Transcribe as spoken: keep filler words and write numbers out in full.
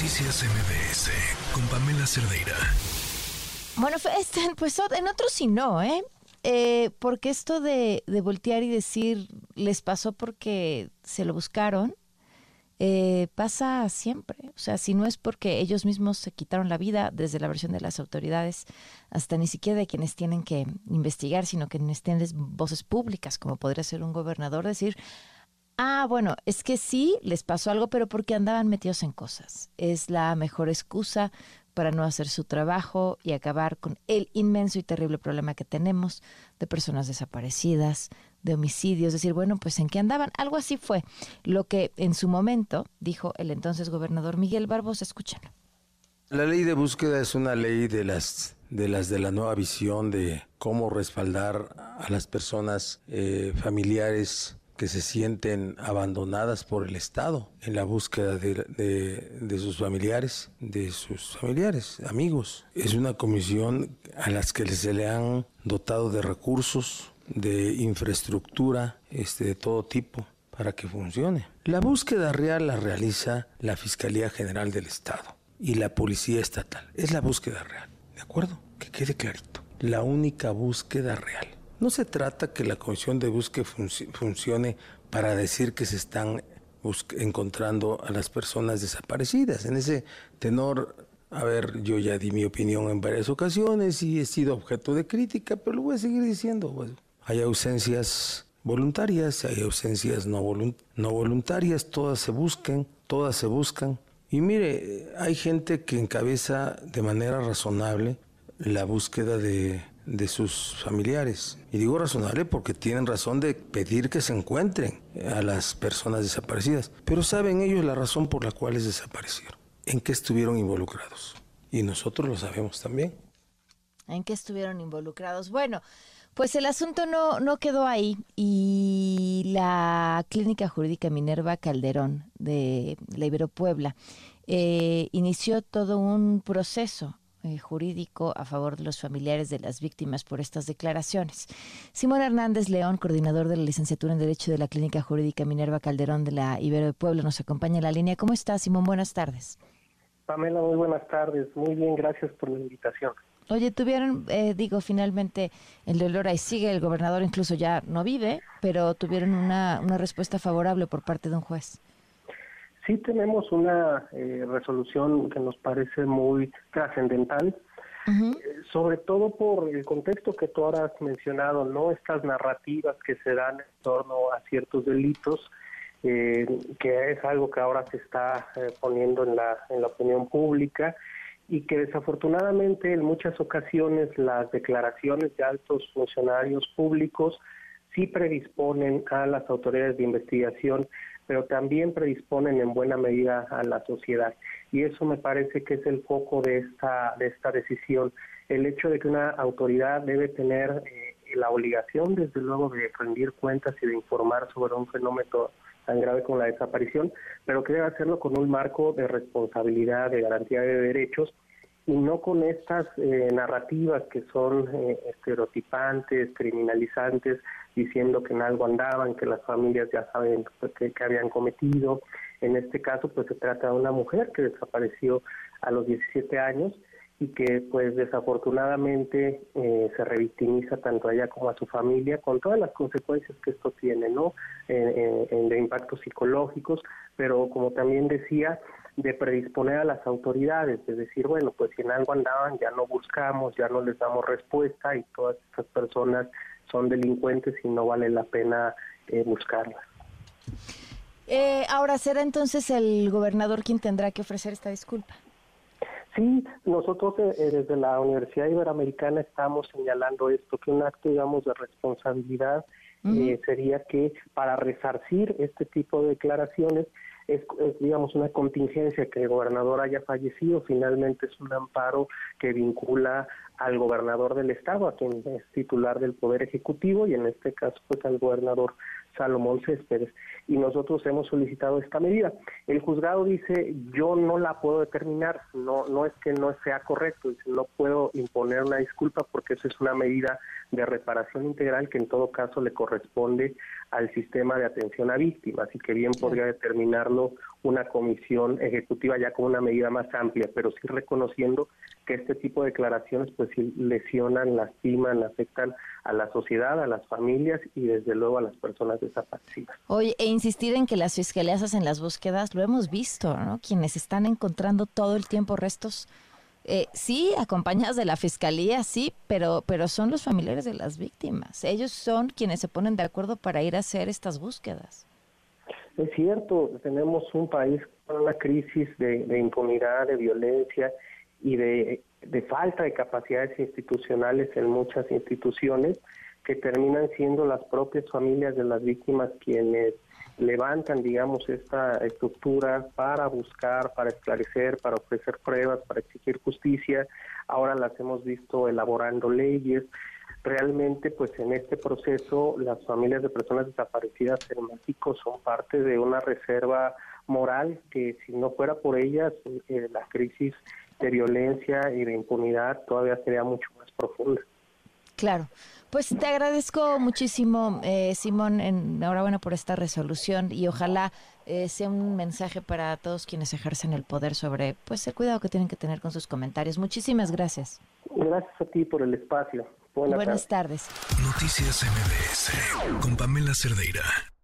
Noticias M B S con Pamela Cerdeira. Bueno, este, pues en otros sí no, ¿eh? eh porque esto de, de voltear y decir les pasó porque se lo buscaron, eh, pasa siempre. O sea, si no es porque ellos mismos se quitaron la vida, desde la versión de las autoridades hasta ni siquiera de quienes tienen que investigar, sino que quienes tienen voces públicas, como podría ser un gobernador, decir... Ah, bueno, es que sí, les pasó algo, pero porque andaban metidos en cosas. Es la mejor excusa para no hacer su trabajo y acabar con el inmenso y terrible problema que tenemos de personas desaparecidas, de homicidios. Decir, bueno, pues ¿en qué andaban? Algo así fue lo que en su momento dijo el entonces gobernador Miguel Barbosa. Escúchenlo. La ley de búsqueda es una ley de las de las de la nueva visión de cómo respaldar a las personas eh, familiares que se sienten abandonadas por el Estado en la búsqueda de, de, de sus familiares, de sus familiares, amigos. Es una comisión a las que se le han dotado de recursos, de infraestructura, este, de todo tipo, para que funcione. La búsqueda real la realiza la Fiscalía General del Estado y la Policía Estatal. Es la búsqueda real, ¿de acuerdo? Que quede clarito. La única búsqueda real. No se trata que la comisión de búsqueda func- funcione para decir que se están encontrando a las personas desaparecidas. En ese tenor, a ver, yo ya di mi opinión en varias ocasiones y he sido objeto de crítica, pero lo voy a seguir diciendo. Pues, hay ausencias voluntarias, hay ausencias no, volunt- no voluntarias, todas se buscan, todas se buscan. Y mire, hay gente que encabeza de manera razonable la búsqueda de... de sus familiares. Y digo razonable porque tienen razón de pedir que se encuentren a las personas desaparecidas. Pero saben ellos la razón por la cual les desaparecieron, en qué estuvieron involucrados. Y nosotros lo sabemos también. ¿En qué estuvieron involucrados? Bueno, pues el asunto no, no quedó ahí y la Clínica Jurídica Minerva Calderón de la Ibero Puebla eh, inició todo un proceso Eh, jurídico a favor de los familiares de las víctimas por estas declaraciones. Simón Hernández León, coordinador de la licenciatura en Derecho de la Clínica Jurídica Minerva Calderón de la Ibero de Puebla, nos acompaña en la línea. ¿Cómo estás, Simón? Buenas tardes. Pamela, muy buenas tardes. Muy bien, gracias por la invitación. Oye, tuvieron, eh, digo, finalmente el dolor ahí sigue, el gobernador incluso ya no vive, pero tuvieron una, una respuesta favorable por parte de un juez. Sí tenemos una eh, resolución que nos parece muy trascendental, uh-huh. eh, sobre todo por el contexto que tú ahora has mencionado, ¿no? Estas narrativas que se dan en torno a ciertos delitos, eh, que es algo que ahora se está eh, poniendo en la, en la opinión pública y que desafortunadamente en muchas ocasiones las declaraciones de altos funcionarios públicos sí predisponen a las autoridades de investigación, pero también predisponen en buena medida a la sociedad. Y eso me parece que es el foco de esta de esta decisión, el hecho de que una autoridad debe tener eh, la obligación, desde luego, de rendir cuentas y de informar sobre un fenómeno tan grave como la desaparición, pero que debe hacerlo con un marco de responsabilidad, de garantía de derechos, y no con estas eh, narrativas que son eh, estereotipantes, criminalizantes, diciendo que en algo andaban, que las familias ya saben pues, que, que habían cometido. En este caso, pues se trata de una mujer que desapareció a los diecisiete años y que, pues desafortunadamente, eh, se revictimiza tanto a ella como a su familia, con todas las consecuencias que esto tiene, ¿no? Eh, eh, de impactos psicológicos, pero como también decía, de predisponer a las autoridades, de decir, bueno, pues si en algo andaban, ya no buscamos, ya no les damos respuesta y todas estas personas son delincuentes y no vale la pena eh, buscarlas. Eh, ahora, ¿será entonces el gobernador quien tendrá que ofrecer esta disculpa? Sí, nosotros eh, desde la Universidad Iberoamericana estamos señalando esto, que un acto, digamos, de responsabilidad uh-huh. eh, sería que para resarcir este tipo de declaraciones es, es, digamos, una contingencia que el gobernador haya fallecido, finalmente es un amparo que vincula al gobernador del estado, a quien es titular del Poder Ejecutivo, y en este caso pues al gobernador Salomón Céspedes, y nosotros hemos solicitado esta medida. El juzgado dice, yo no la puedo determinar, no no es que no sea correcto, dice, no puedo imponer una disculpa porque eso es una medida de reparación integral que en todo caso le corresponde al sistema de atención a víctimas y que bien podría determinarlo una comisión ejecutiva ya con una medida más amplia, pero sí reconociendo que este tipo de declaraciones pues sí lesionan, lastiman, afectan a la sociedad, a las familias y desde luego a las personas desaparecidas. Oye, e insistir en que las fiscalías hacen las búsquedas, lo hemos visto, ¿no? Quienes están encontrando todo el tiempo restos, eh, sí, acompañados de la fiscalía, sí, pero, pero son los familiares de las víctimas. Ellos son quienes se ponen de acuerdo para ir a hacer estas búsquedas. Es cierto, tenemos un país con una crisis de, de impunidad, de violencia y de, de falta de capacidades institucionales en muchas instituciones que terminan siendo las propias familias de las víctimas quienes levantan, digamos, esta estructura para buscar, para esclarecer, para ofrecer pruebas, para exigir justicia. Ahora las hemos visto elaborando leyes. Realmente, pues en este proceso, las familias de personas desaparecidas en México son parte de una reserva moral que si no fuera por ellas, eh, la crisis de violencia y de impunidad todavía sería mucho más profunda. Claro. Pues te agradezco muchísimo, eh, Simón, enhorabuena por esta resolución y ojalá eh, sea un mensaje para todos quienes ejercen el poder sobre pues el cuidado que tienen que tener con sus comentarios. Muchísimas gracias. Gracias a ti por el espacio. Buenas, Buenas tardes. tardes. Noticias M B S con Pamela Cerdeira.